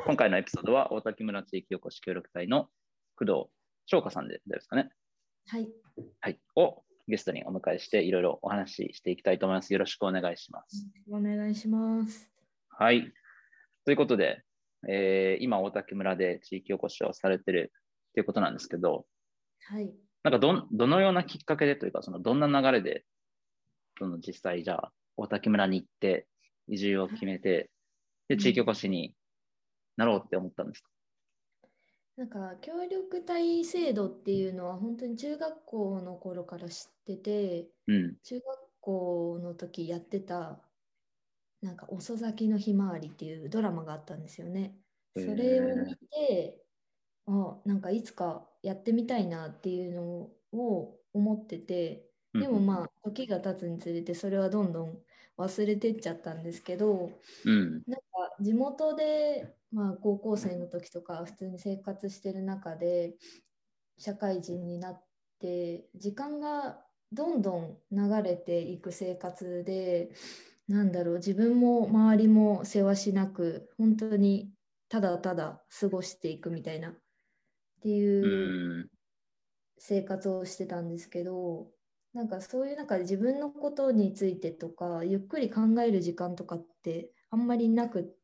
今回のエピソードは大滝村地域おこし協力隊の工藤翔香さんですかね。 はい。 はい。をゲストにお迎えしていろいろお話ししていきたいと思います。よろしくお願いします。 お願いします。 はい。ということで、今大滝村で地域おこしをされてるということなんですけど、 はい。 なんかどのようなきっかけでというか、どんな流れで、実際じゃあ大滝村に行って移住を決めて、で、地域おこしになろうって思ったんですか？ なんか協力隊制度っていうのは本当に中学校の頃から知ってて、 うん。 中学校の時やってたなんか遅咲きのひまわりっていうドラマがあったんですよね。それを見て、なんかいつかやってみたいなっていうのを思ってて、でもまあ時が経つにつれてそれはどんどん忘れてっちゃったんですけど、 うん。 なんか地元で、まあ、高校生の時とか普通に生活してる中で社会人になって時間がどんどん流れていく生活で、なんだろう、自分も周りも世話しなく本当にただただ過ごしていくみたいなってういうん。 生活をしてたんですけど、なんかそういう中で自分のことについてとかゆっくり考える時間とかってあんまりなくって、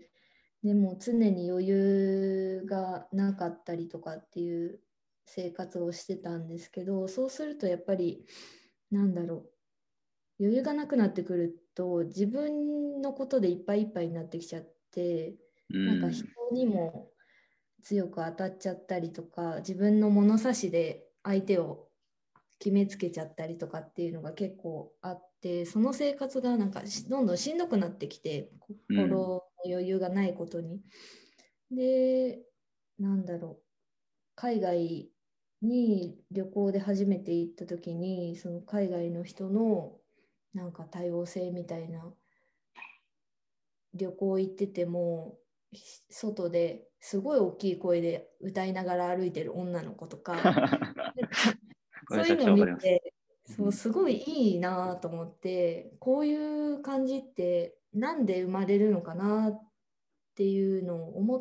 でも常に余裕がなかったりとかっていう生活をしてたんですけど、そうするとやっぱりなんだろう、余裕がなくなってくると自分のことでいっぱいいっぱいになってきちゃって、 うなんか人ん。 にも強く当たっちゃったりとか、自分の物差しで相手を決めつけちゃったりとかっていうのが結構あって、その生活がなんかどんどんしんどくなってきて、 うん。 心の余裕がないことに。で、なんだろう、海外に旅行で初めて行った時に、その海外の人のなんか多様性みたいな、旅行行ってても外ですごい大きい声で歌いながら歩いてる女の子とか、なんかめちゃくそういうのをちゃわかります。 見て、 うん。 そうすごいいいなと思って、こういう感じってなんで生まれるのかなっていうのを思って、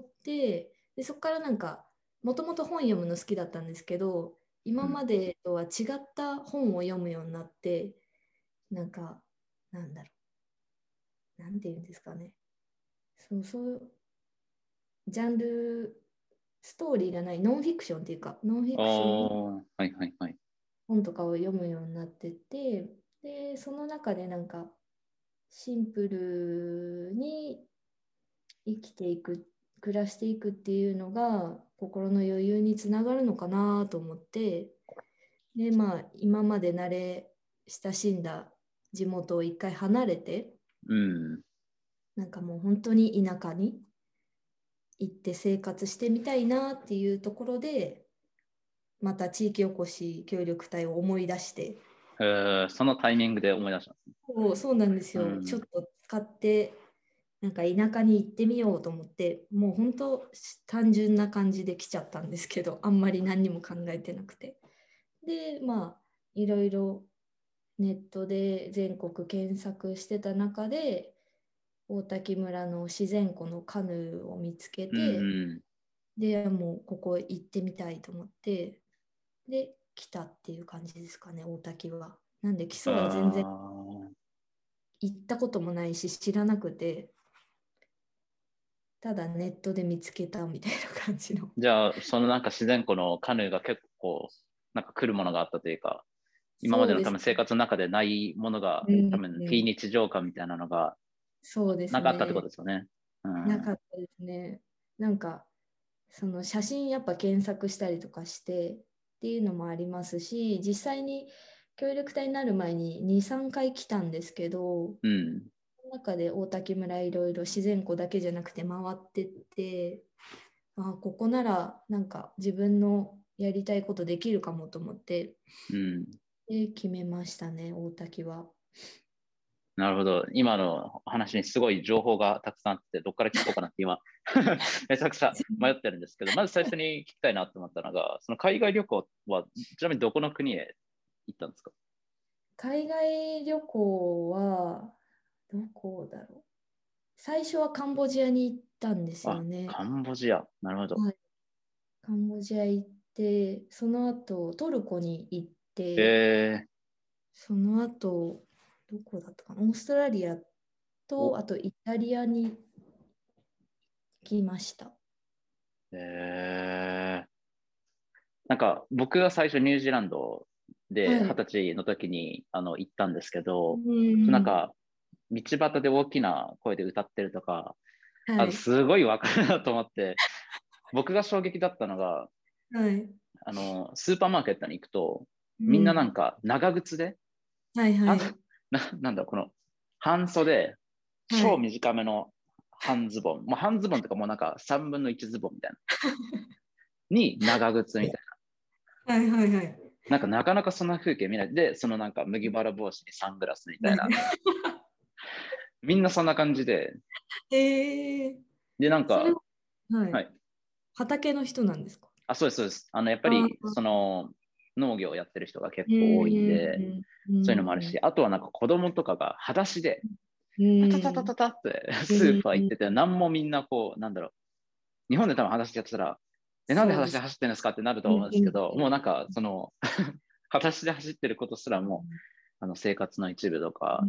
でそこからなんかもともと本読むの好きだったんですけど、今までとは違った本を読むようになって、なんかなんだろう、なんていうんですかね、そうジャンル、ストーリーがないノンフィクションっていうか、ノンフィあクションのあ、はいはいはい。 本とかを読むようになってて、で、その中でなんかシンプルに生きていく、暮らしていくっていうのが心の余裕につながるのかなと思って、で、まあ今まで慣れ親しんだ地元を一回離れて、 うん。 なんかもう本当に田舎に行って生活してみたいなっていうところで、また地域おこし協力隊を思い出して、 そのタイミングで思い出したんですね。 そうなんですよ。ちょっうん。 と使って、なんか田舎に行ってみようと思って、もう本当単純な感じで来ちゃったんですけど、あんまり何にも考えてなくて。で、まあ、いろいろネットで全国検索してた中で、大滝村の自然湖のカヌーを見つけうて、 ん。 で、もうここ行ってみたいと思って、で、来たっていう感じですかね、大滝は。なんで基礎は全然ああ。 行ったこともないし知らなくて、ただネットで見つけたみたいな感じの。 じゃあ、なんか自然湖のカヌーが結構、なんか来るものがあったというか、今までの多そうです。 分生活の中でないものが、 うん多分非うん、 日常感みたいなのがそうですなかったってことね。 ですよね。うん。 なかったですね。なんか、その写真やっぱ検索したりとかしてっていうのもありますし、実際に協力隊になる前に2、3回来たんですけど、 うん。 その中で大滝村いろいろ自然湖だけじゃなくて回ってって、ここならなんか自分のやりたいことできるかもと思って、 うん。 で決めましたね、大滝は。 なるほど。今の話にすごい情報がたくさんあって、どっから聞こうかなって今めちゃくちゃ迷ってるんですけど、まず最初に聞きたいなと思ったのが、その海外旅行は、ちなみにどこの国へ行ったんですか？ 海外旅行はどこだろう。 最初はカンボジアに行ったんですよね。 カンボジア。なるほど。 はい、カンボジア行って、その後トルコに行って、 えその後どこだったかな、オーストラリアと、あとイタリアに行きました。 なんか僕が最初ニュージーランドではい。 20歳の時に行ったんですけど、 うん。 なんか道端で大きな声で歌ってるとか、 はい。 すごいわかるなと思って、僕が衝撃だったのが、 はい。 スーパーマーケットに行くと、みんななうん。 んか長靴で、ははいはい。 なんだ、この半袖、超はい。 短めの半ズボン、もう半ズボンとかもうなんか3分の1ズボンみたいな、に長靴みたいはいはいはい。 な。なんかなかなかそんな風景見ない。で、そのなんか麦わら帽子にサングラスみたいな。 はみんなそんな感じで。 い。 で、なんそれは、 か、 はい。 はい。 畑の人なんですか？ そうです、そうです。やっぱり、 ああ、 農業をやってる人が結う構多いんん、 で、 うん、 そういうのもあるうん、 し、あとはなんか子供とかが裸足で、 うタタタタん、 タタってうスーパー行っん、 てて、なんもみんなこう、なんだろう、日本で多分裸足やってたら、なんでそうです。 裸足で走ってるんですかってなると思うんですけうん、 ど、もうなんか、裸足で走ってることすらも、生活の一部とか、 うん、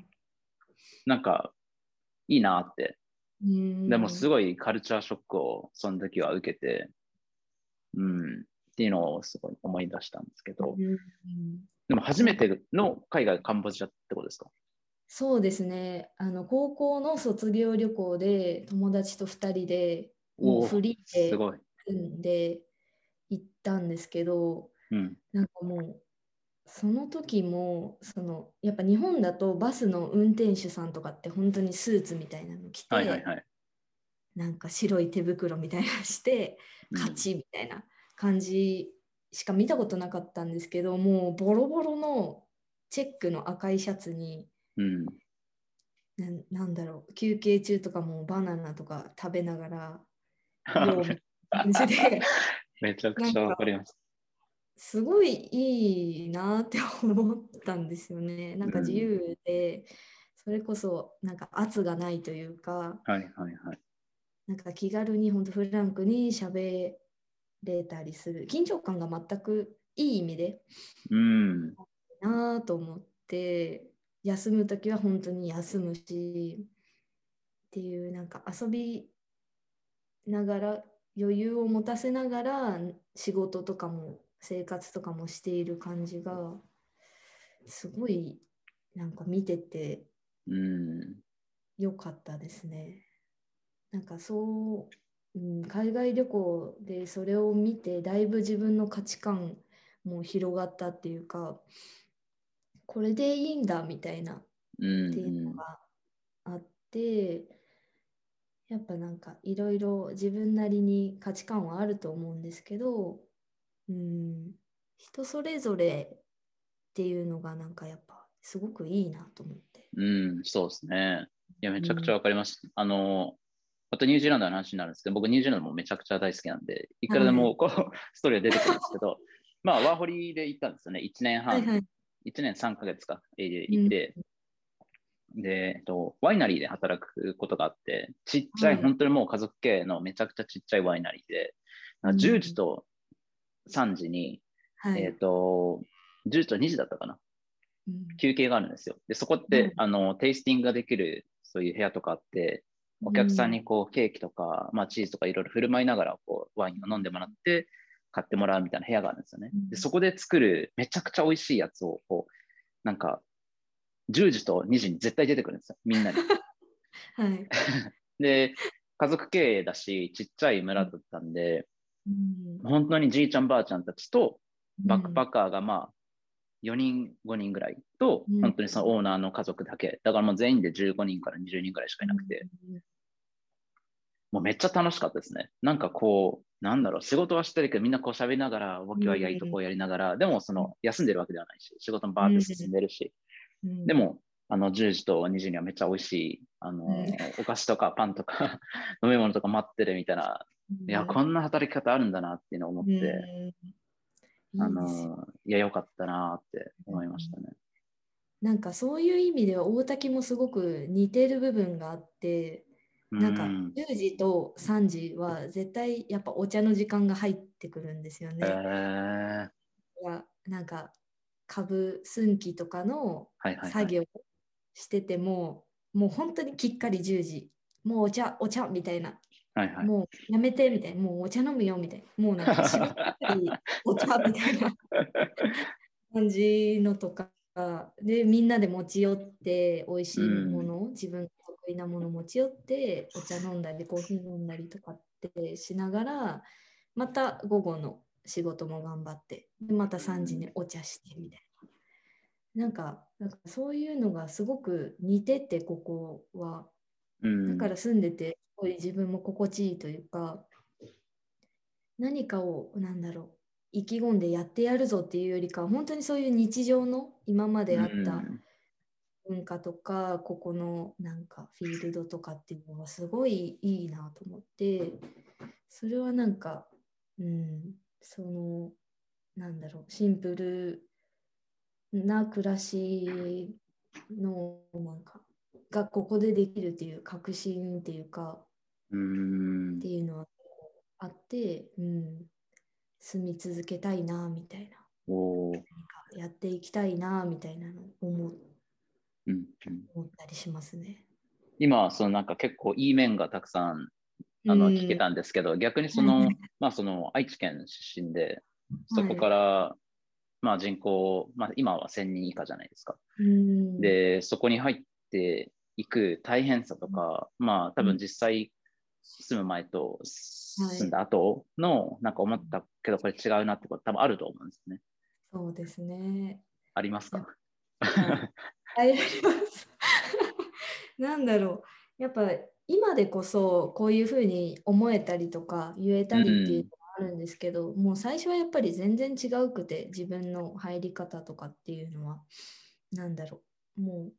なんか、いいなって。 うでも、すん、 ごいカルチャーショックを、その時は受けて、うん、っていうのをすごい思い出したんですけど、 うん、 でも、初なんか、 めての海外、カンボジアってことですか？ そうですね。高校の卒業旅行で友達と2人でもうおお、 フリーですごい。 組んで行ったんですけど、 うん。 なんかもうその時もやっぱ日本だとバスの運転手さんとかって本当にスーツみたいなの着て、 はいはいはい。 なんか白い手袋みたいなのしてうん。 勝ちみたいな感じしか見たことなかったんですけど、もうボロボロのチェックの赤いシャツに、 うん。 なんだろう、休憩中とかもバナナとか食べながらようみたいな感じで、 めちゃくちゃわかなんかります。 すごいいいなって思ったんですよね。なんか自うん。 由で、それこそなんか圧がないというか、 はいはいはい。 なんか気軽に本当フランクに喋れたりする、緊張感が全くいい意味でうん。 なと思って、休む時は本当に休むしっていう、なんか遊びながら余裕を持たせながら仕事とかも生活とかもしている感じがすごいなんか見ててうん。 良かったですね。なんかそう、海外旅行でそれを見てだいぶ自分の価値観も広がったっていうか、これでいいんだみたいなっうん。 ていううん。 のがあって、やっぱなんかいろいろ自分なりに価値観はあると思うんですけど、うん、人それぞれっていうのがなんかやっぱすごくいいなと思って。 うん、そうですね。いや、めちゃくちゃうん、 わかります。あとニュージーランドの話になるんですけど、僕ニュージーランドもめちゃくちゃ大好きなんで、いくらではい。 もこう、ストーリーが出てくるんですけど、まあ、ワーホリで行ったんですよね。1年半、 はいはい。 1年3ヶ月か、 うん、 いて、で、ワイナリーで働くことがあって、ちっちゃい、 はい。 本当にもう家族経営のめちゃくちゃちっちゃいワイナリーで、10 うん、 時と3時に、 はい。 10時と2時だったかな。 うん、 休憩があるんですよ。で、そこって、 はい。 テイスティングができる、そういう部屋とかあって、お客さんうん、 にこう、ケーキとか、まあ、チーズとかいろいろ振る舞いながら、こう、ワインを飲んでもらって、買ってもらうみたいな部屋があるんですよね。で、 うん、 そこで作るめちゃくちゃ美味しいやつを、こう、なんか、10時と2時に絶対出てくるんですよ。みんなに。 はい。 で、家族経営だし、ちっちゃい村だったんで、 うん、 本当にじいちゃんばあちゃんたちと、バックうん、 パッカーがまあ、4人、5人ぐらいと、 うん、 本当にそのオーナーの家族だけ。だからもう全員で15人から20人ぐらいしかいなくて、もうめっちゃ楽しかったですね。なんかこう、なんだろう、仕事はしてるけど、みんなこう喋りながら、わうきわいやいとこうやりながら、でもその、休んでるわけではないし、仕事もバーって進んでるし、 うん、 でも、10時と2時にはめっちゃ美味しい、 うん、 お菓子とかパンとか飲み物とか待ってるみたいな、いや、こんな働き方あるんだなっていうのを思っうて、 ん、いいですよ。 いや、よかったなって思いましうん、 たね。 なんかそういう意味では大滝もすごく似てる部分があって、なんか10時と3時は絶対やっぱお茶の時間が入ってくるんですよね。なんか寸気とかのはいはいはい。 作業してても、もう本当にきっかり10時、もうお茶みたいな、 はいはい。 もうやめてみたいな、もうお茶飲むよみたいな、もうなんか締めくくりお茶みたいな感じのとか、で、みんなで持ち寄って美味しいもの、自分が得意なもの持ち寄ってお茶飲んだりコーヒー飲んだりとかってしながら、また午後の仕事も頑張って、でまた3時にお茶してみたいな。なんかそういうのがすごく似てて、ここは。だから住んでて、すごい自分も心地いいというか、何かを、意気込んでやってやるぞっていうよりかは、本当にそういう日常の今まであった文化とか、ここのなんかフィールドとかっていうのがすごいいいなと思って、それはなんか、その、シンプルな暮らしのなんかがここでできるっていう確信っていうか、っていうのはあって、住み続けたいなみたいな、何かやっていきたいなみたいなのを思ったりしますね。 今、そのなんか結構いい面がたくさん聞けたんですけど、逆にその、その愛知県出身で、そこから、人口、今は1000人以下じゃないですか。で、そこに入っていく大変さとか、多分実際住む前と住んだ後の、なんか思ったけど、これ違うなってこと多分あると思うんですね。 そうですね。 ありますか？ あります。やっぱ今でこそこういうふうに思えたりとか言えたりっていうのがあるんですけど、もう最初はやっぱり全然違うくて、自分の入り方とかっていうのは、も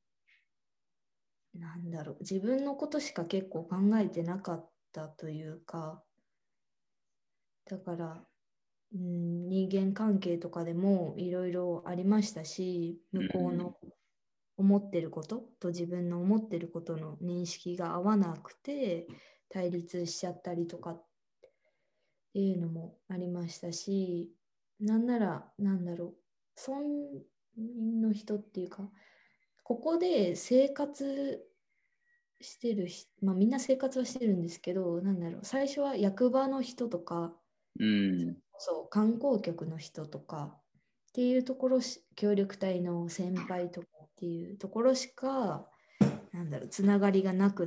自分のことしか結構考えてなかったというか、だから、人間関係とかでもいろいろありましたし、向こうの思ってることと自分の思ってることの認識が合わなくて対立しちゃったりとかっていうのもありましたし、なんなら村民の人っていうか、ここで生活してるみんな生活はしてるんですけど、最初は役場の人とか、そう観光局の人とかっていうところ協力隊の先輩とかっていうところしかつながりがなくって、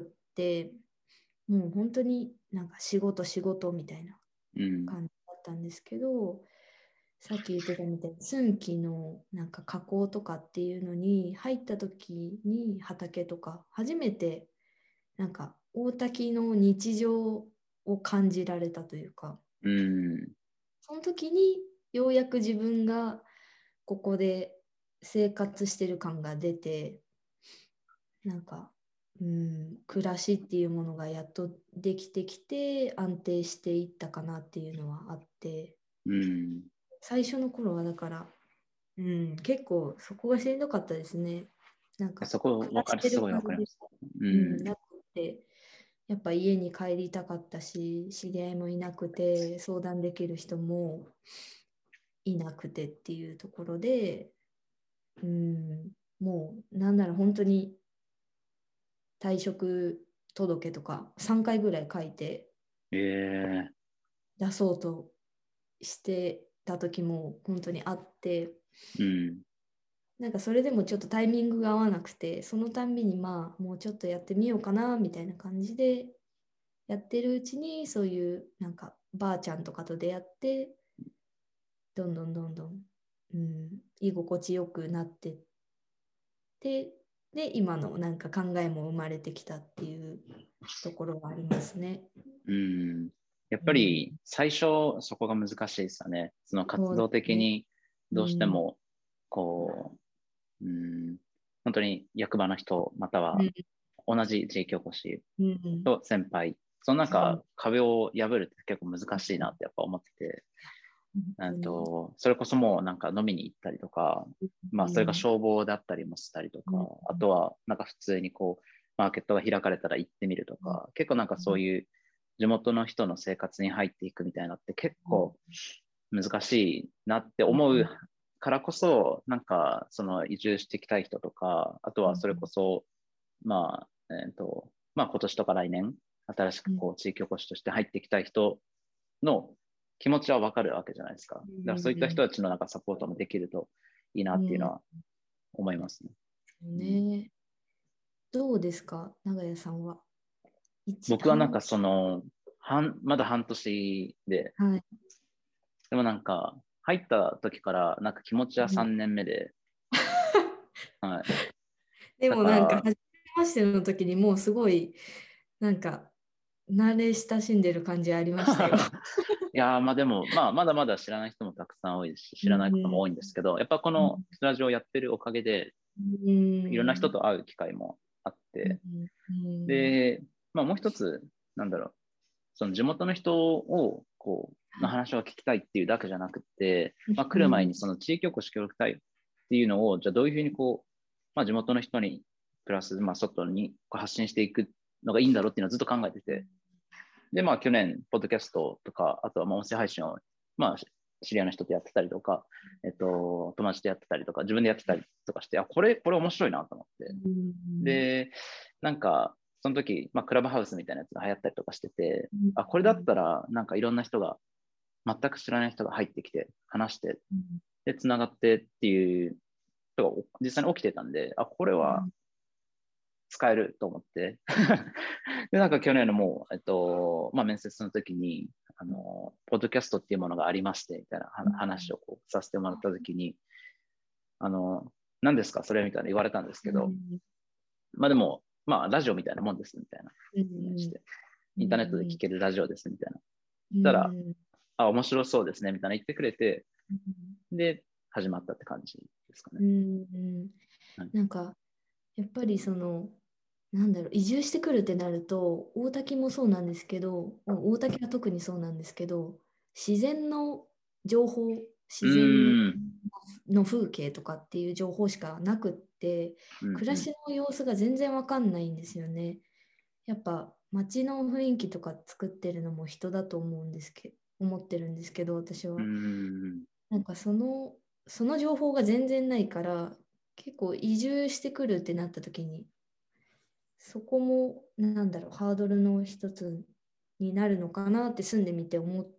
もう本当になんか仕事みたいな感じだったんですけど、さっき言ってたみたいに寸気のなんか加工とかっていうのに入った時に、畑とか初めてなんか大滝の日常を感じられたというか、その時にようやく自分がここで生活してる感が出て、暮らしっていうものがやっとできてきて安定していったかなっていうのはあって、最初の頃はだから、結構そこがしんどかったですね。 そこ暮らしてする感じで、 ごいわかります。 なくて、やっぱ家に帰りたかったし、知り合いもいなくて、相談できる人もいなくてっていうところで、もう本当に退職届とか3回ぐらい書いて出そうとしてた時も本当にあって、それでもちょっとタイミングが合わなくて、そのたんびにもうちょっとやってみようかなみたいな感じでやってるうちに、そういうばあちゃんとかと出会って、どんどんどんどん、居心地よくなってって、で今の考えも生まれてきたっていうところがありますね。 やっぱり最初そこが難しいですよね。その活動的にどうしてもこう、本当に役場の人、または同じ地域おこしと先輩、その壁を破るって結構難しいなってやっぱ思ってて、 それこそもうなんか飲みに行ったりとか、まあそれが消防だったりもしたりとか、あとはなんか普通にこう、マーケットが開かれたら行ってみるとか、結構なんかそういう地元の人の生活に入っていくみたいなのって結構難しいなって思うからこそ、なんかその移住していきたい人とか、あとはそれこそ、まあ、まあ今年とか来年、新しくこう地域おこしとして入っていきたい人の気持ちはわかるわけじゃないですか。だからそういった人たちのなんかサポートもできるといいなっていうのは思いますね。 ね、どうですか、長屋さんは。 僕はなんかその、まだ半年で、 はい、 でもなんか入った時からなんか気持ちは3年目で、はい。 でだから、 もなんか初めましての時にもうすごいなんか慣れ親しんでる感じありましたよ。 いやまあでも、まあまだまだ知らない人もたくさん多いですし、知らないことも多いんですけど、やっぱこのスタジオをやってるおかげで、いろんな人と会う機会もあって、で、まあもう一つ、なんだろう、その地元の人を、こう、の話を聞きたいっていうだけじゃなくて、まあ来る前にその地域おこし協力隊っていうのを、じゃあどういうふうにこう、まあ地元の人に、プラス、まあ外に発信していくのがいいんだろうっていうのをずっと考えてて、で、まあ去年、ポッドキャストとか、あとはまあ音声配信を、まあ知り合いの人とやってたりとか、友達とやってたりとか、自分でやってたりとかして、これ面白いなと思って。で、なんか、その時、まあ、クラブハウスみたいなやつが流行ったりとかしてて、これだったら、なんかいろんな人が、全く知らない人が入ってきて、話して、で、つながってっていうことが実際に起きてたんで、これは使えると思ってで、なんか去年のもう、まあ、面接の時に、ポッドキャストっていうものがありまして、みたいな話をこうさせてもらった時に、何ですかそれみたいな言われたんですけど、まあでも、まあラジオみたいなもんですみたいなして、インターネットで聞けるラジオですみたいな。そしたら、面白そうですねみたいな言ってくれて、で、始まったって感じですかね。 なんか、やっぱりなんだろう、移住してくるってなると、大滝もそうなんですけど、大滝は特にそうなんですけど、自然の情報、自然の風景とかっていう情報しかなくって、暮らしの様子が全然わかんないんですよね。やっぱ街の雰囲気とか作ってるのも人だと思ってるんですけど、私は。なんかその情報が全然ないから、結構移住してくるってなった時に、そこもなんだろう、ハードルの一つになるのかなって住んでみて思って、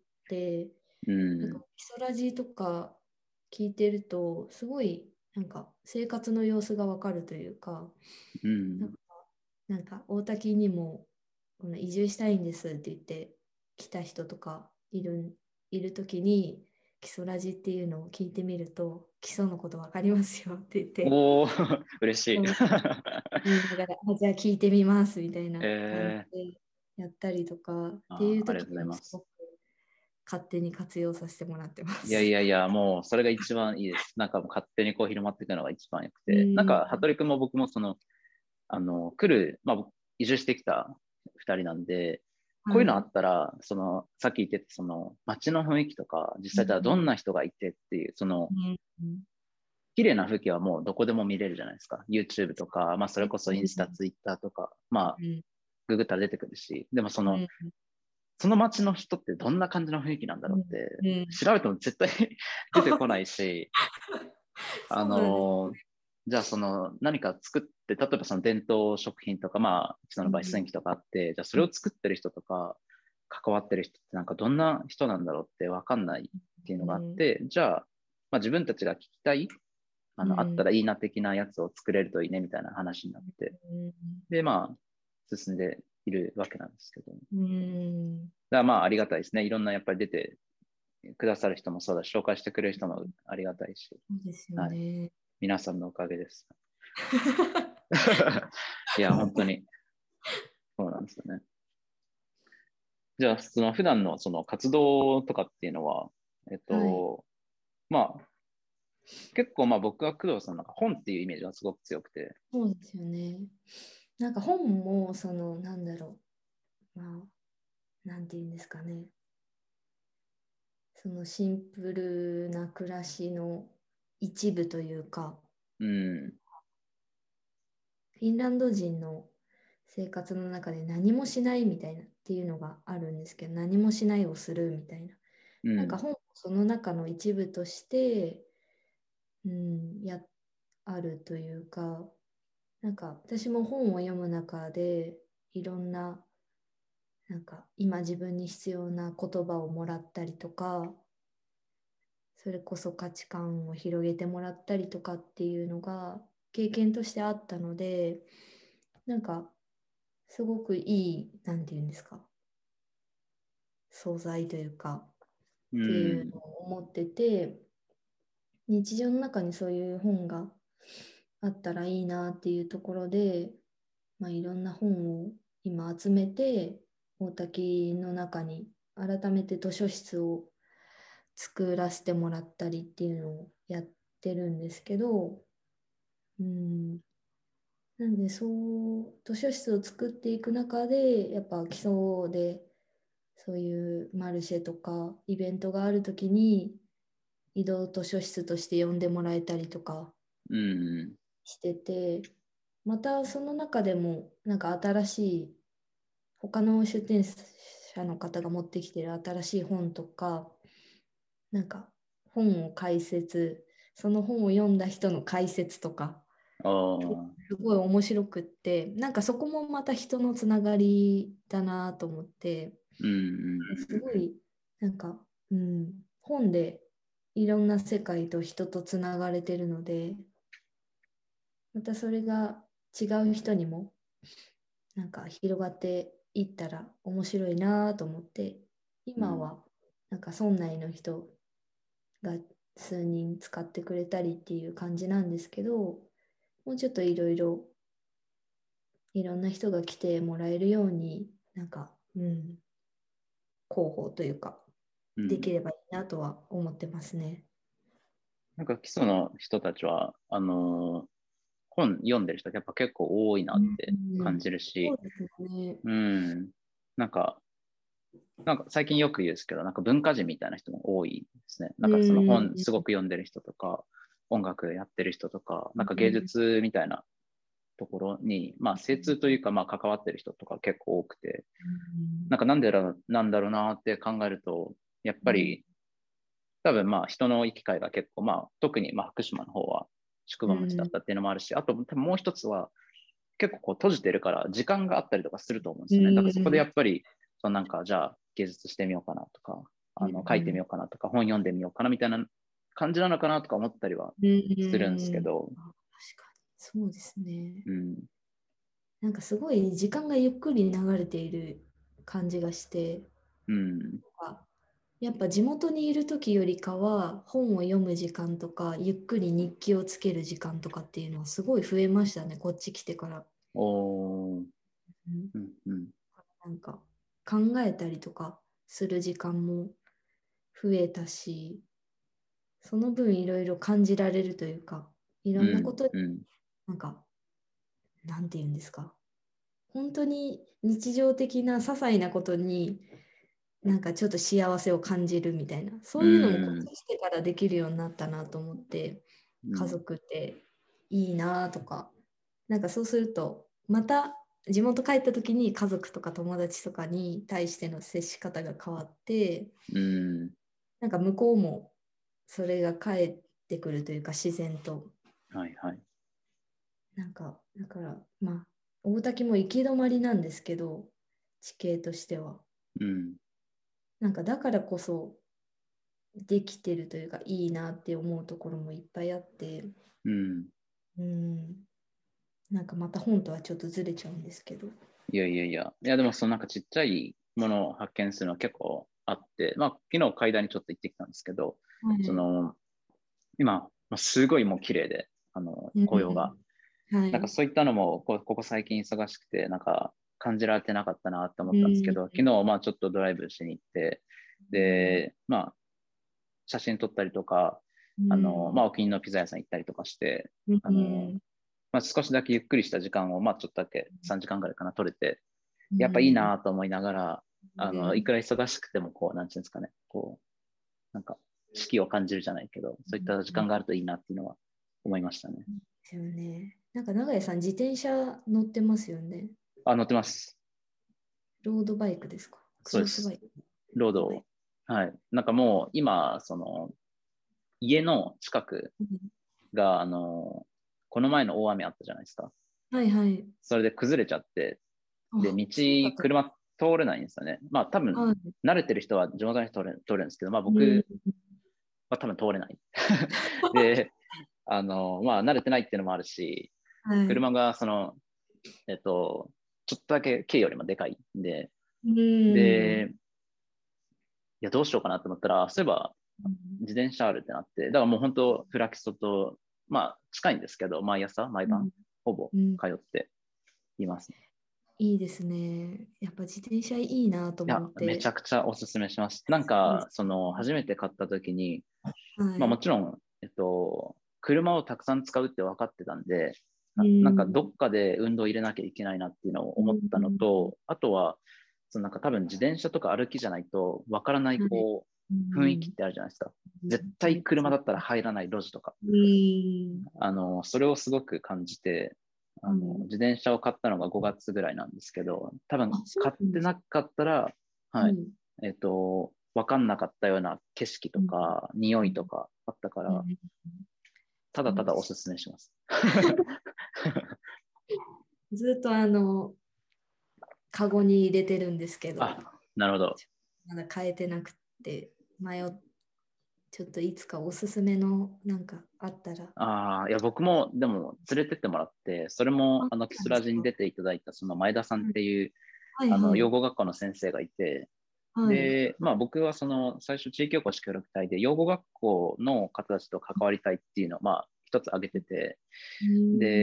なんか基礎ラジとか聞いてると、すごいなんか生活の様子がわかるというか、なんか大滝にもこの移住したいんですって言って来た人とかいる時に、基礎ラジっていうのを聞いてみると、基礎のことわかりますよって言って、 おー、嬉しい。 言いながら、じゃあ聞いてみますみたいな感じでやったりとかっていうありが時とうございます。 にもすごく勝手に活用させてもらってまいやいす。 やいや、もうそれが一番いいです。なんかもう勝手にこう広まっていくのが一番良くうて。なんん、 か、服部君も僕も来る、まあ、移住してきた二人なんで、こういうのあはい。 ったら、さっき言ってた、街の雰囲気とか、実際じゃあどんな人がいてっていう、綺麗な風景はもうどこでも見れるじゃないですか。YouTube とか、まあ、それこそインスタ、Twitter とか、まあ、ググったら出てくるし、でもその街の人ってどんな感じの雰囲気なんだろうって、調べても絶対出てこないし、あそうなんです。 のじゃあ何か作って、例えばその伝統食品とか、まあ、その場合うん寸機とかあって、じゃあそれを作ってる人とか、関わってる人ってなんかどんな人なんだろうってわかんないっていうのがあって、じゃあ、まあ自分たちが聞きたい、あったらいいな的なやつを作れるといいねみたいな話になって、で、まあ、進んでいるわけなんですけど。だからまあ、ありがたいですね。いろんなやっぱり出てくださる人もそうだし、紹介してくれる人もありがたいし、 そうですよはい。 ね。 皆さんのおかげです。いや、本当にそうなんですよね。じゃあ、その普段のその活動とかっていうのは、 はい。 まあ、結構まあ僕は工藤さんなんか本っていうイメージがすごく強くて。 そうですよね。なんか本も、なんだろう。まあ、なんていうんですかね。 そのシンプルな暮らしの一部というか、 うん。 フィンランド人の生活の中で何もしないみたいなっていうのがあるんですけど、何もしないをするみたいな。なんかうん。 本もその中の一部として、うん、あるというか、なんか私も本を読む中でいろんな、なんか今自分に必要な言葉をもらったりとか、それこそ価値観を広げてもらったりとかっていうのが経験としてあったので、なんかすごくいい、なんていうんですか、素材というかうっていうん。 のを思ってて、日常の中にそういう本があったらいいなっていうところで、まあ、いろんな本を今集めて、大滝の中に改めて図書室を作らせてもらったりっていうのをやってるんですけど、うん、なんで図書室を作っていく中で、やっぱ基礎でそういうマルシェとかイベントがあるときに移動図書室として呼んでもらえたりとかうん。 してて、またその中でもなんか新しい他の出展者の方が持ってきてる新しい本とか、なんか本を解説、その本を読んだ人の解説とか、 ああ。 すごい面白くって、なんかそこもまた人のつながりだなと思って、 うん。 すごいなんか、うん、本でいろんな世界と人とつながれてるので、またそれが違う人にもなんか広がっていったら面白いなと思って、 うん。 今はなんか村内の人が数人使ってくれたりっていう感じなんですけど、もうちょっといろんな人が来てもらえるように、なんか、うん、広報というか、できうん。 ればいいなとは思ってますね。 なんか基礎の人たちは、本読んでる人やっぱ結構多いなうって感ん、 じるし、 そうですね。 うん。なんか、なんか最近よく言うんですけど、なんか文化人みたいな人も多いですね。なうんかそのん、 本すごく読んでる人とか、音楽やってる人とか、なんか芸うん、 術みたいなところに、まあ精通というか、まあ関わってる人とか結構多くて、なんかなんだろうなって考えると、やっうん、 ぱり多分まあ人の行き交いが結構、まあ特にまあ福島の方は宿場町だうん、 ったっていうのもあるし、あと多分もう一つは結構こう閉じてるから時間があったりとかすると思うんでうすよね。だからそこでやん、 っぱり、そのなんかじゃあ芸術してみようかなとか、書いてみようかなとか、本読んでみようかなみたいな感じなのかなとか思ったりはうするんですけん、 ど、 あ、確かに、そうですね。 うん、 なんかすごい時間がゆっくり流れている感じがして、 うん、 あ、やっぱ地元にいる時よりかは本を読む時間とかゆっくり日記をつける時間とかっていうのはすごい増えましたね、こっち来てから。 おー、 うん、 うん、うん、 なんか考えたりとかする時間も増えたし、その分いろいろ感じられるというか、いろうん、 んなことにうん、 なんか、なんて言うんですか、本当に日常的な些細なことになんかちょっと幸せを感じるみたいな、そうういうのもこっん、 ち来てからできるようになったなと思って、家うん、 族っていいなとか、なんかそうすると、また地元帰った時に家族とか友達とかに対しての接し方が変わって、 うん、 なんか向こうもそれが返ってくるというか自然と、 はい、はい、 なんかだからまあ大滝も行き止まりなんですけど、地形としては。 うん、 なんかだからこそできてるというかいいなって思うところもいっぱいあって、 うん。 うん、なんかまた本とはちょっとずれちゃうんですけど。 いやいやいや、いやでもそのなんかちっちゃいものを発見するのは結構あって、まあ昨日階段にちょっと行ってきたんですけど、 はい。 その今、まあすごいもう綺麗で、 うん、 紅葉が。なんかはい。 そういったのもここ最近忙しくて、なんか感じられてなかったなって思うん、 ったんですけど、昨日まあちょっとドライブしに行って、で、まあ写真撮ったりとか、 うまん、 あお気に入りのピザ屋さん行ったりとかして、 うあの、 ん、 まあ少しだけゆっくりした時間を、まあちょっとだけ3時間ぐらいかな、取れて、 うやっぱいいん、 なと思いながら、いくら忙しくても、こう、なんていうんですかね、こう、 なんか四季を感じるじゃないけど、そういった時間があるといいなっていうのは思いましたね。 ですよね。なんか長屋さん、自転車乗ってますよね。 あ、乗ってます。 ロードバイクですか？クそうです。 ロスバイク。 ロードを。はい。なんかもう今、家の近くが、この前の大雨あったじゃないですか。 はいはい。 それで崩れちゃって、で、 あ、 道、 そうだった。 車通れないんですよね。まあ多分、 はい。 慣れてる人は地元の人通れるんですけど、まあうん。 僕は多分通れない。で、まあ慣れてないっていうのもあるし、 はい。 車がちょっとだけ軽よりもでかいんで、 うん。 で、いや、どうしようかなと思ったら、そういえば自転車あるってなって、だからもう本当、フラキストと、まあ近いんですけど、毎朝、毎晩、 うん。 ほぼうん。 通っていますね。 いいですね。やっぱ自転車いいなといや、 思って。 めちゃくちゃおすすめします。なんか、初めて買った時に、まあもはい。 ちろん、車をたくさん使うって分かってたんで、 うなんかどん。 っかで運動入れなきゃいけないなっていうのをう思ったのん。 と、あとは、なんか多分自転車とか歩きじゃないと分からない、 はい。う雰囲気っん。 てあるじゃないですか。絶あり対ますね。 車だったら入らない路地とか。 うん。 それをすごく感じて、 はい。 自転車を買ったのが5月ぐらいなんですけど、多分あ、そう買っなんです。 てなかったら、はい、 うん。 分かんなかったような景色とうん。 か、匂いとかあったから、 うん。 ただただおすすめします。 ずっとカゴに入れてるんですけど、 あ、なるほど。 まだ変えてなくて、ちょっといつかおすすめのなんかあったら。 いや、僕も、でも、連れてってもらって、それも、 あ、そうキスラなんですか。 ジに出ていただいた、その前田さんっていう、 はいはい。 養護学校の先生がいて、 はい。 で、まあ僕は最初地域おこし協力隊で養護学校の方たちと関わりたいっていうのを、まあ一つ挙げてて、 うん。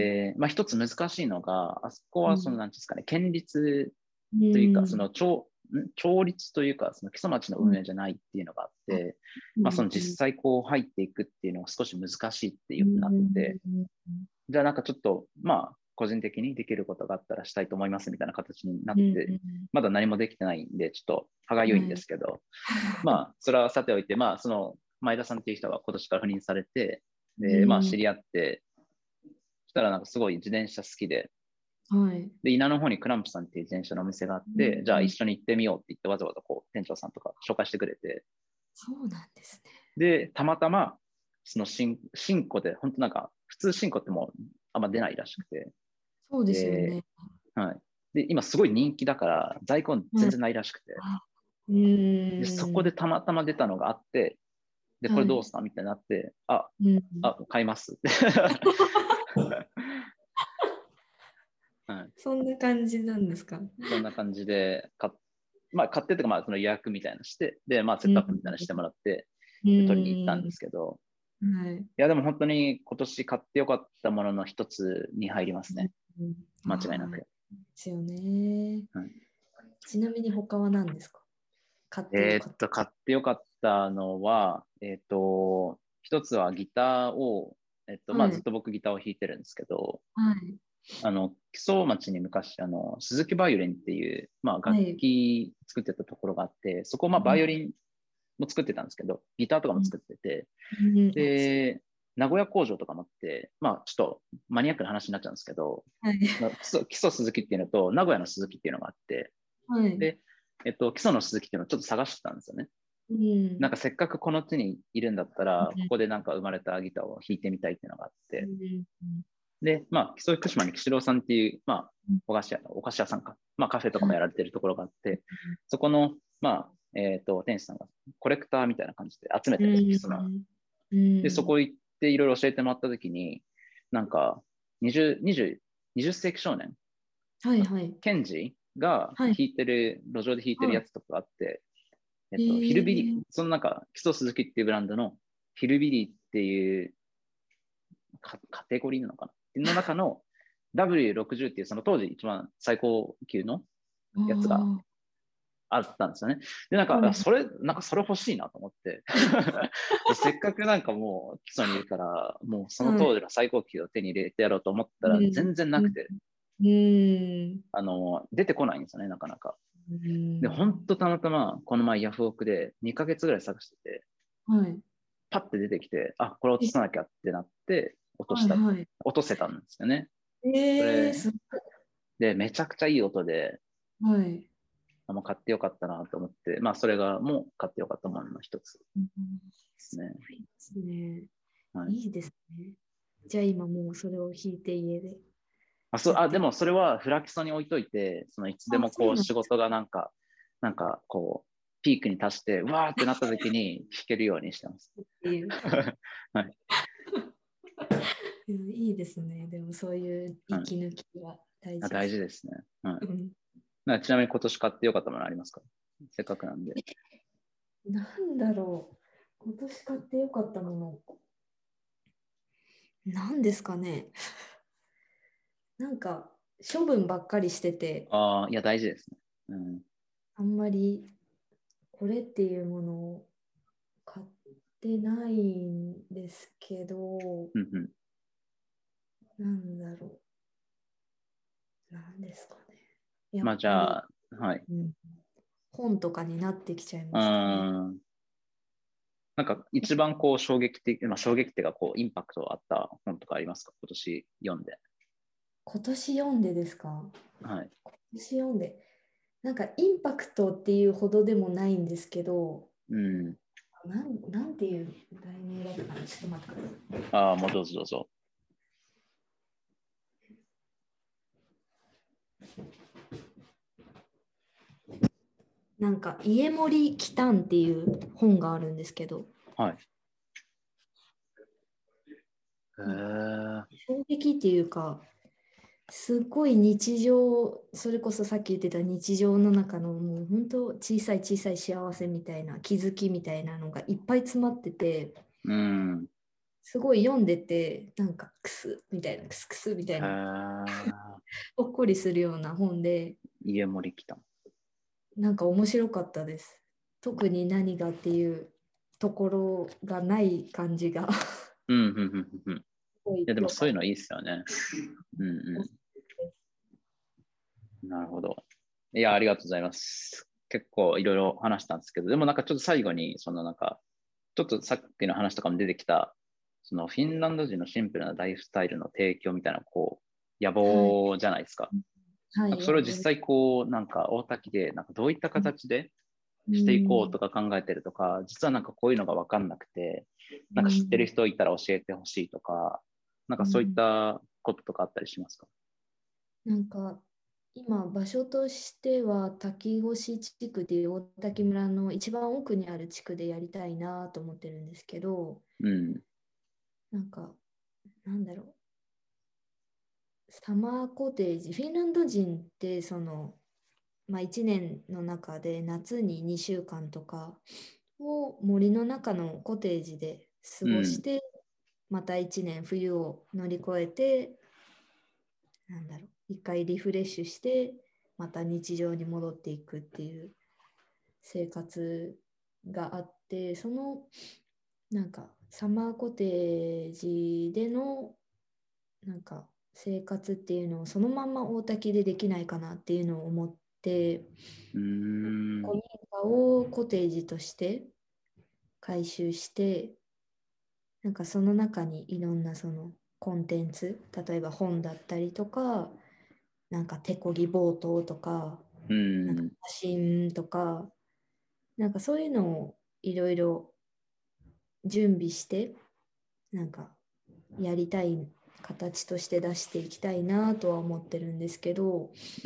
で、まあ一つ難しいのが、あそこはうんなんていうんですかね、県立うというか、 ん。 町立というか、基礎町の運営じゃないっていうのがあっあ、 て、まあうんうん実際入っていくっていうのが少し難しいってういうふうになって、 ん。 じゃあなんかちょっと、まあ個人的にできることがあったらしたいと思いますみたいな形になっうて、 ん。 まだ何もできてないんで、ちょっと歯がゆいんはい。 ですけど、まあ、それはさておいて、まあ、前田さんっていう人が今年から赴任されて、で、まあ、 うん。 知り合って、そしたらなんかすごい自転車好きで、 はい。 で、稲の方にクランプさんっていう自転車のお店があっうて、じゃあ一ん。 緒に行ってみようって言って、わざわざ店長さんとか紹介してくれて、 そうなんですね。 で、たまたま、新庫で、本当なんか、普通新庫ってもうあんま出ないらしくて、 そうですよで、 ね。 はい。で、今すごい人気だから、在庫全はい。 然ないらしくて、 あ、うで、そこでん。 たまたま出たのがあって、で、これはい。 どうすかみたいになって、 うん。 買いますはい。 そんな感じなんですか？ そんな感じでまあ、買ってとか、まあ、その予約みたいなのして、で、まあ、セットアップみたいなのしてもらって、 うで、取りに行ったんん。 ですけど、 はい。 いや、でも本当に今年買ってよかったものの一つに入りますね。 うん。 間違いなああ、でく。 すよね。 はい、 ちなみに他は何ですか？買ってよかった。 買ってよかったのは、一つはギターを、まあ、ずっはい。 と僕ギターを弾いてるんですけど、 はい。 木曽町に昔、鈴木バイオリンっていう、まあ、楽はい。 器作ってたところがあって、そこ、まあ、バイオリンも作ってたんですけど、ギターとかも作ってて、 うん。あ、 で、名古屋工場とかもあって、まあ、ちょっとマニアックな話になっちゃうんですけど、 はい。 基礎鈴木っていうのと、名古屋の鈴木っていうのがあって、 はい。 で、基礎の鈴木っていうのをちょっと探してたんですよね。 うん。 なんかせっかくこの地にいるんだったうら、ここでなんか生まれたギターを弾いてみたいっていうのがあって、 ん。 で、まあ、木曽福島に岸郎さんっていう、まあ、お菓子屋さんか、まあ、カフェとかもやられてるところがあって、そこの、まあ、店主さんがコレクターみたいな感じで集めうてるんです、基礎の。 ん。うで、そん。 こ行っていろいろ教えてもらったときに、なんか20世紀少年、 はいはい。 ケンジがはい。 路上で弾いてるはやつとかがあって、 い。 ヒルビリー、 ー。 その中、基礎鈴木っていうブランドのヒルビリーっていうカテゴリーなのかなの中の W60 っていうその当時一番最高級のやつがああったんですよね。で、なんあ。はか、 い。 なんかそれ欲しいなと思ってせっかくなんかもう基礎にいるから、もうそのはい。 当時の最高級を手に入れてやろうと思ったうん。 ら全然なうん。 くて、 うん。 出てこないんですよね、なかなか。 うで、 ん。 本当たまたまこの前ヤフオクで2ヶ月ぐらい探してて、 はい。 パッて出てきて、あ、これ落とさなきゃってなってはいはい。 落とせたんですよね。それすで、めちゃくちゃいい音で、 ごい。はい。 もう買ってよかったなと思って、まあそれがもう買ってよかったものの一つでうん、 すね。 いいですね。 はい。 いいですね。じゃあ今もうそれを弾いて家ででやってる。 もそれはフラキソに置いといて、そのいつであ、 もこう仕そうなんです。 事がなんかこう、ピークに達して、うわーってなった時に弾けるようにしてます。 っていう。 はい。 うん、いいですね。でもそういうはい、 息抜きは大事で大す。 事ですね。はい。 うん、 ちなみに今年買ってよかったものありますか？せっかくなんで。 なんだろう。今年買ってよかったもの。なんですかね。なんか処分ばっかりしてて、 ああ、いや、大事ですね。うん。 あんまりこれっていうものを買ってないんですけど、 うんうん。 なんだろう。なんですかね。やまあっぱり、 じゃあ、はい。 うん、本とかになってきちゃいうーますかね。 ん。なんか一番こう衝撃的、まあ衝撃っていうかこうインパクトあった本とかありますか？今年読んで。 今年読んでですか？ はい。 今年読んで。なんかインパクトっていうほどでもないんですけど、 うん。 なんていう題名だったかな。ちょっと待ってください。 ああ、もうどうぞどうぞ。 なんか家森奇譚っていう本があるんですけど、 はい。へなんかえ。 衝撃っていうか、すごい日常、それこそさっき言ってた日常の中のもう本当小さい小さい幸せみたいな気づきみたいなのがいっぱい詰まってて、 うん。 すごい読んでて、なんかクスみたいな、クスクスみたいへな、 え。 ほっこりするような本で、 家森来た。 なんか面白かったです。特に何がっていうところがない感じがすうん、うん、うん、うん。いごいや、でも良かったそういうのいいっすよね。うん、 です。 なるほど。いや、ありがとうございます。結構いろいろ話したんですけど、でもなんかちょっと最後に、そのなんか、ちょっとさっきの話とかも出てきた、そのフィンランド人のシンプルなライフスタイルの提供みたいな、こう、野はい。 望じゃないですか。 はい、 なんかそれをやばい。 実際こう、なんか大滝で、なんかどういった形でうしていこうん。 とか考えてるとか、実はなんかこういうのがわかんなくて、 うなんか知ってるん。 人いたら教えてほしいとか、なんかそういっうん。 たこととかあったりしますか？ なんか今場所としては滝越地区っていう大滝村の一番奥にある地区でやりたいなと思ってるんですけど、 うん。 なんかなんだろう、サマーコテージ、フィンランド人ってその、まあ、1年の中で夏に2週間とかを森の中のコテージで過うん。 ごして、また1年冬を乗り越えて、なんだろう、一回リフレッシュして、また日常に戻っていくっていう生活があって、そのなんかサマーコテージでのなんか生活っていうのをそのまま大滝でできないかなっていうのを思って、 うーん。 古民家をコテージとして改修して、なんかその中にいろんなそのコンテンツ、例えば本だったりとか、なんか手漕ぎボートとか、 うなんかん。 写真とか、なんかそういうのをいろいろ準備して、なんかやりたい形として出していきたいなとは思ってるんですけど、 うん。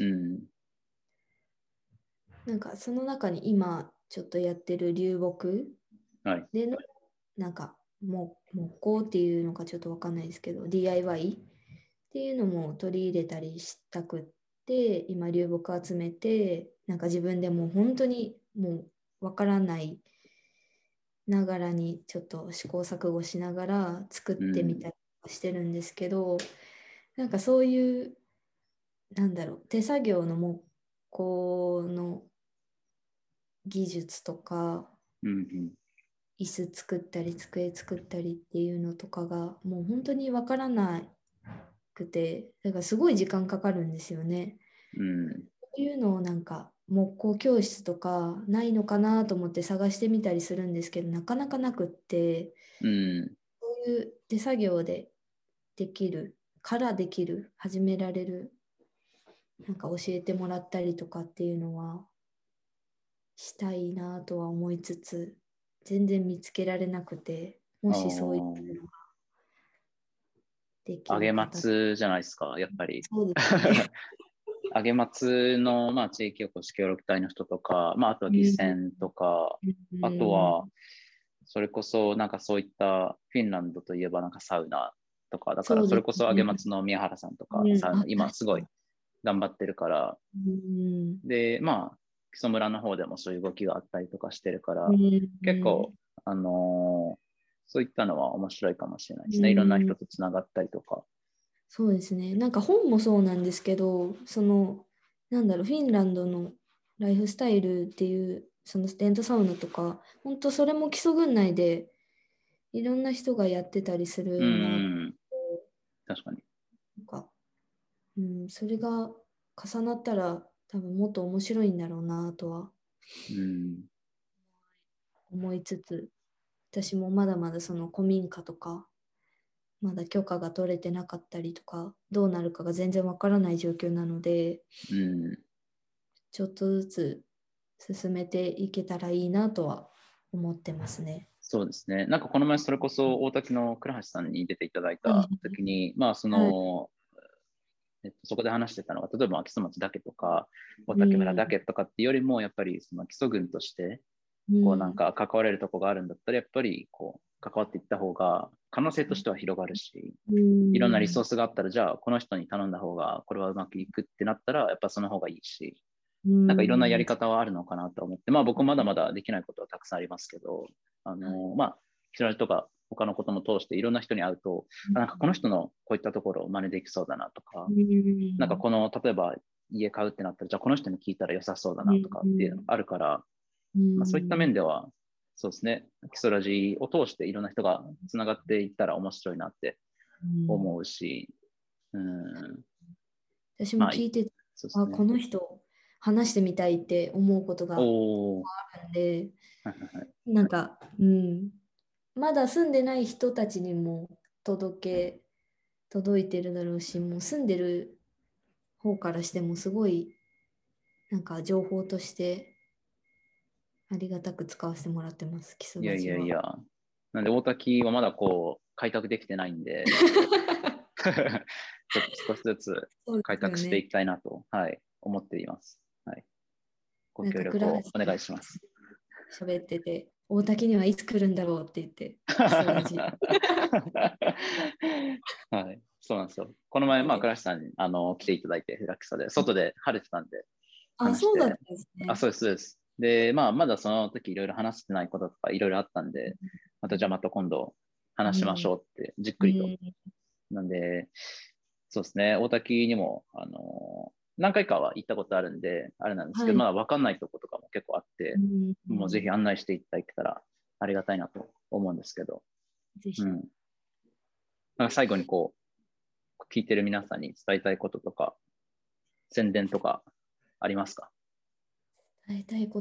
なんかその中に今ちょっとやってる流木はい。 でのなんか木工っていうのかちょっとわかんないですけど DIY っていうのも取り入れたりしたくって今流木集めてなんか自分でもう本当にもうわからないながらにちょっと試行錯誤しながら作っうん。 てみたりしてるんですけど、なんかそういうなんだろう手作業の木工の技術とかうん。 椅子作ったり机作ったりっていうのとかがもう本当にわからなくてだからすごい時間かかるんですよね。 うん。 そういうのをなんか木工教室とかないのかなと思って探してみたりするんですけど、なかなかなくって、 うん。 そういう手作業でできる、からできる、始められる、なんか教えてもらったりとかっていうのはしたいなとは思いつつ、全然見つけられなくて、もしそういうのができあげる方、 松じゃないですか、やっぱり。 そうですね。 あげ松の、まあ、地域おこし協力隊の人とか、まあ、あとはう技ん研とか、あとうんは、それこそ、なんかそういったフィンランドといえばなんかサウナとか、だからそうですそれこそあげね。 松の宮原さんとか、 うん、 サウナ、 あ、 今すごい確かに。 頑張ってるから、 うんで、まあ、木曽村の方でもそういう動きがあったりとかしてるかうら、結構、 んそういったのは面白いかもしれないでうすね。いろんな人ん、 とつながったりとか。 そうですね。なんか本もそうなんですけど、なんだろう、フィンランドのライフスタイルっていう、そのテントサウナとか、本当それも基礎軍内でいろんな人がやってたりすうるなと思っん、 て、 確かに。 なんか、それが重なったら多分もっと面白いんだろうなとはうん、 思いつつ、私もまだまだその古民家とか、まだ許可が取れてなかったりとか、どうなるかが全然わからない状況なので、 うん。 ちょっとずつ進めていけたらいいなとは思ってますね。 そうですね。なんかこの前それこそ大滝の倉橋さんに出ていただいたはい、 時に、まあはい、 そこで話してたのが、例えば木曽町だけとか、大うん、 竹村だけとかっていうよりも、やっぱりその基礎群として、こうなんうん、 か関われるとこがあるんだったら、やっぱりこう関わっていった方が可能性としては広がるし、 ういろんなリソーん、 スがあったら、じゃあこの人に頼んだ方がこれはうまくいくってなったら、やっぱその方がいいし、 うなんかいろんなやりん、 方はあるのかなと思って、まあ僕まだまだできないことはたくさんありますけど、 はい、 まあ、キラリとか他のことも通していろんな人に会うと、なんかこの人のこういったところを真似できそうだなとか、 うん、 なんかこの、例えば家買うってなったら、じゃあこの人に聞いたら良さそうだなとかっていうのがあるから、 うまあそういったん、 面では、そうですね、基礎ラジを通していろんな人がつながっていったら面白いなってうん、 思うし、うん、 私もまあ、 聞いて、あ、こそうですね。 の人話してみたいって思うことがおー、 あるんで、 はいはいはい。 なんか、まだ住んでない人たちにも届いてるだろうし、もう住んでる方からしてもすごいなんか情報としてありがたく使わせてもらってます、基礎いやいラジは。 やいや、なんで大滝はまだこう、開拓できてないんで、ちょっと少しずつそうで開すよね。 拓していきたいなと、はい、思っています。はい。ご協なんか倉橋力をお願いします。 さん喋ってて、大滝にはいつ来るんだろうって言って、基礎ラジ。 はい、そうなんですよ。この前、まあ、 で、 倉橋さんに来ていただいて、フラで、外で晴れてたんであ、そうだった話して、 んですあ、 ね。 そうです、そうです。で、まあ、まだその時いろいろ話してないこととかいろいろあったんで、また今度話しましうん。 ょうって、じっくりと。 うん。 なんで、そうですね、大滝にも、何回かは行ったことあるんで、あれなんですけど、 はい。 まだ分かんないとことかも結構あって、 うん。 もうぜひ案内していただけたらありがたいなと思うんですけど、 ぜひ。 うん。なんか最後にこう、聞いてる皆さんに伝えたいこととか、宣伝とかありますか？ 伝えたいこと。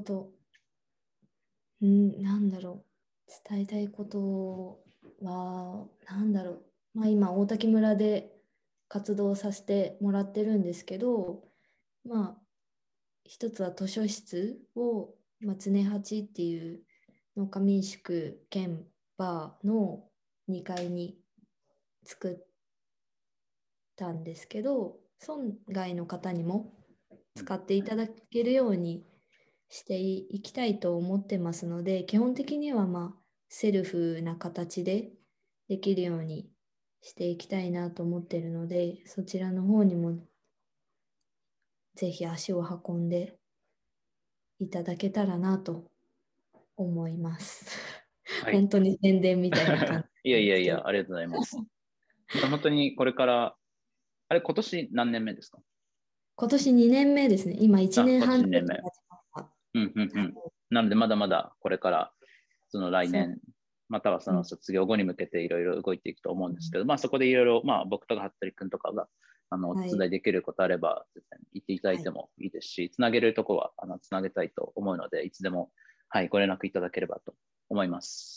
なんだろう。伝えたいことは、なんだろう。まあ今、大滝村で活動させてもらってるんですけど、まあ、一つは図書室を、常八っていう農家民宿兼バーの2階に作ったんですけど、村外の方にも使っていただけるようにしていきたいと思ってますので、基本的にはセルフな形でできるようにしていきたいなと思ってるので、そちらの方にもぜひ足を運んでいただけたらなと思います。 はい。 本当に宣伝みたいな感いやじですけど。 いやいや、ありがとうございます。本当にこれから、あれ、今年何年目ですか？ 今年2年目ですね。今1 あ、今年年半ちょ 2年目。 っと経ちました。 うんうんうん。なので、まだまだこれから、その来そう、 年、 またはその卒業後に向けていろいろ動いていくと思うんですけど、そこでいろいろ、僕とか服部君とかがお手伝いできることあれば、絶対に言っていただいてもいいですし、つなげるところはつなげたいと思うので、いつでも、ご連絡いただければと思います。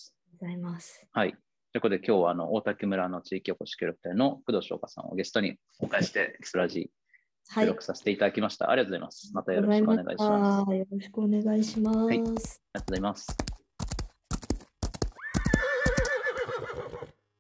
ありがとうございます。 ということで、今日は大竹村の地域おこし協力隊の工藤翔香さんをゲストにお迎えして、エクストラジ収録させていただきました。ありがとうございます。またよろしくお願いします。 よろしくお願いします。 ありがとうございます。